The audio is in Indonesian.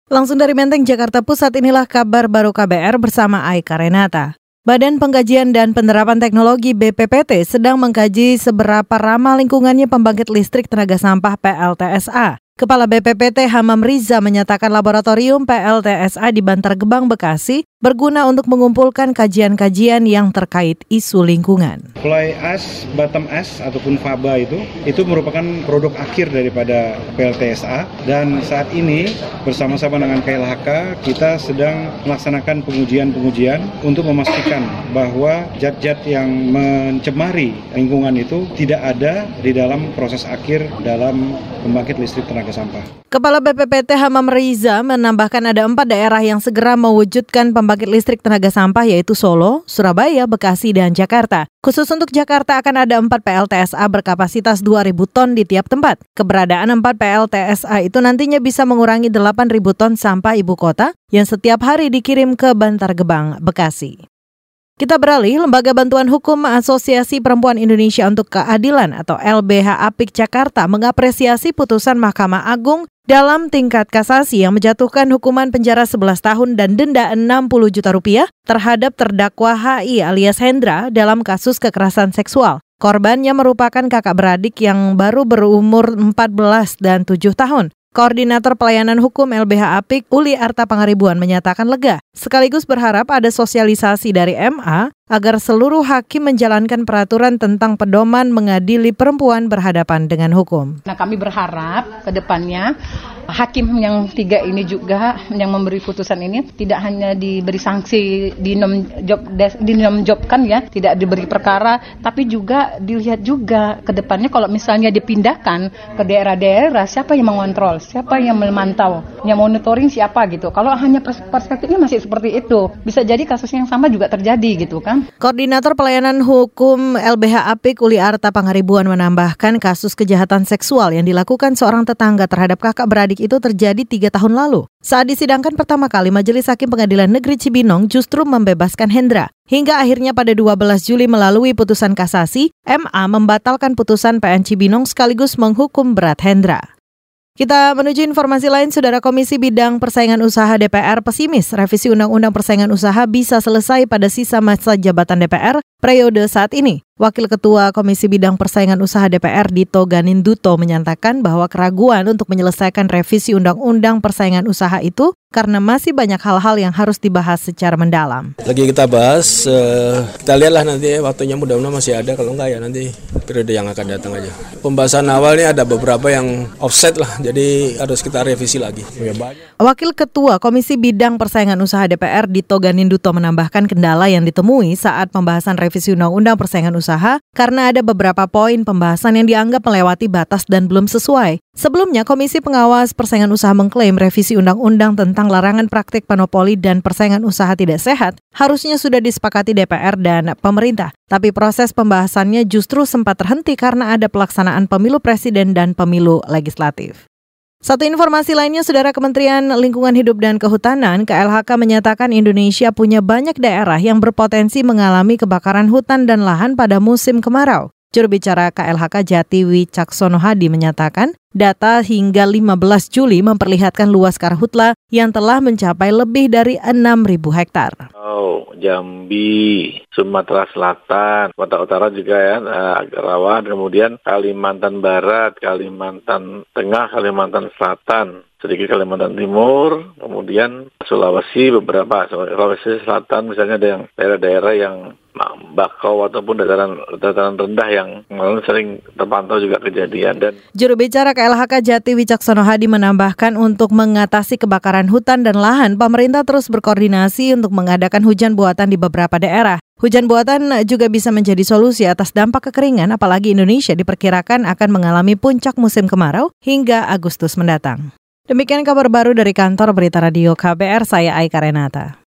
Langsung dari Menteng, Jakarta Pusat, inilah kabar baru KBR bersama Aika Renata. Badan Pengkajian dan Penerapan Teknologi BPPT sedang mengkaji seberapa ramah lingkungannya pembangkit listrik tenaga sampah PLTSA. Kepala BPPT Hamam Riza menyatakan laboratorium PLTSA di Bantar Gebang, Bekasi berguna untuk mengumpulkan kajian-kajian yang terkait isu lingkungan. Fly ash, bottom ash ataupun FABA itu merupakan produk akhir daripada PLTSA, dan saat ini bersama-sama dengan KLHK kita sedang melaksanakan pengujian untuk memastikan bahwa zat-zat yang mencemari lingkungan itu tidak ada di dalam proses akhir dalam pembangkit listrik tenaga sampah. Kepala BPPT Hamam Riza menambahkan ada 4 daerah yang segera mewujudkan pembangkit listrik tenaga sampah, yaitu Solo, Surabaya, Bekasi, dan Jakarta. Khusus untuk Jakarta akan ada 4 PLTSA berkapasitas 2.000 ton di tiap tempat. Keberadaan 4 PLTSA itu nantinya bisa mengurangi 8.000 ton sampah ibu kota yang setiap hari dikirim ke Bantar Gebang, Bekasi. Kita beralih, Lembaga Bantuan Hukum Asosiasi Perempuan Indonesia untuk Keadilan atau LBH Apik Jakarta mengapresiasi putusan Mahkamah Agung dalam tingkat kasasi yang menjatuhkan hukuman penjara 11 tahun dan denda 60 juta rupiah terhadap terdakwa HI alias Hendra dalam kasus kekerasan seksual. Korbannya merupakan kakak beradik yang baru berumur 14 dan 7 tahun. Koordinator Pelayanan Hukum LBH Apik, Uli Arta Pangaribuan, menyatakan lega, sekaligus berharap ada sosialisasi dari MA agar seluruh hakim menjalankan peraturan tentang pedoman mengadili perempuan berhadapan dengan hukum. Nah, kami berharap ke depannya hakim yang 3 ini juga yang memberi putusan ini tidak hanya diberi sanksi dinonjobkan ya, tidak diberi perkara, tapi juga dilihat juga ke depannya kalau misalnya dipindahkan ke daerah-daerah, siapa yang mengontrol, siapa yang memantau, yang monitoring siapa gitu. Kalau hanya perspektifnya masih seperti itu, bisa jadi kasus yang sama juga terjadi gitu kan. Koordinator Pelayanan Hukum LBH Apik, Uli Arta Pangaribuan, menambahkan kasus kejahatan seksual yang dilakukan seorang tetangga terhadap kakak beradik itu terjadi 3 tahun lalu. Saat disidangkan pertama kali, Majelis Hakim Pengadilan Negeri Cibinong justru membebaskan Hendra. Hingga akhirnya pada 12 Juli melalui putusan kasasi, MA membatalkan putusan PN Cibinong sekaligus menghukum berat Hendra. Kita menuju informasi lain, Saudara. Komisi Bidang Persaingan Usaha DPR pesimis revisi Undang-Undang Persaingan Usaha bisa selesai pada sisa masa jabatan DPR periode saat ini. Wakil Ketua Komisi Bidang Persaingan Usaha DPR Dito Ganinduto menyatakan bahwa keraguan untuk menyelesaikan revisi Undang-Undang Persaingan Usaha itu karena masih banyak hal-hal yang harus dibahas secara mendalam. Lagi kita bahas, kita lihatlah nanti waktunya, mudah-mudahan masih ada, kalau enggak ya nanti periode yang akan datang aja. Pembahasan awal ini ada beberapa yang offset lah, jadi harus kita revisi lagi. Wakil Ketua Komisi Bidang Persaingan Usaha DPR Dito Ganinduto menambahkan kendala yang ditemui saat pembahasan revisi Undang-Undang Persaingan Usaha karena ada beberapa poin pembahasan yang dianggap melewati batas dan belum sesuai. Sebelumnya, Komisi Pengawas Persaingan Usaha mengklaim revisi Undang-Undang tentang larangan praktik monopoli dan persaingan usaha tidak sehat harusnya sudah disepakati DPR dan pemerintah. Tapi proses pembahasannya justru sempat terhenti karena ada pelaksanaan pemilu presiden dan pemilu legislatif. Satu informasi lainnya, Saudara, Kementerian Lingkungan Hidup dan Kehutanan KLHK menyatakan Indonesia punya banyak daerah yang berpotensi mengalami kebakaran hutan dan lahan pada musim kemarau. Juru bicara KLHK Jati Wicaksono Hadi menyatakan data hingga 15 Juli memperlihatkan luas karhutla yang telah mencapai lebih dari 6.000 hektar. Jambi, Sumatera Selatan, Sumatera Utara juga ya, agak rawan, kemudian Kalimantan Barat, Kalimantan Tengah, Kalimantan Selatan, sedikit Kalimantan Timur, kemudian Sulawesi Sulawesi Selatan misalnya ada yang daerah-daerah yang bakau ataupun dataran rendah yang sering terpantau juga kejadian. Dan juru bicara KLHK Jati Wicaksono Hadi menambahkan untuk mengatasi kebakaran hutan dan lahan, pemerintah terus berkoordinasi untuk mengadakan hujan buatan di beberapa daerah. Hujan buatan juga bisa menjadi solusi atas dampak kekeringan, apalagi Indonesia diperkirakan akan mengalami puncak musim kemarau hingga Agustus mendatang. Demikian kabar baru dari kantor Berita Radio KBR, saya Aika Renata.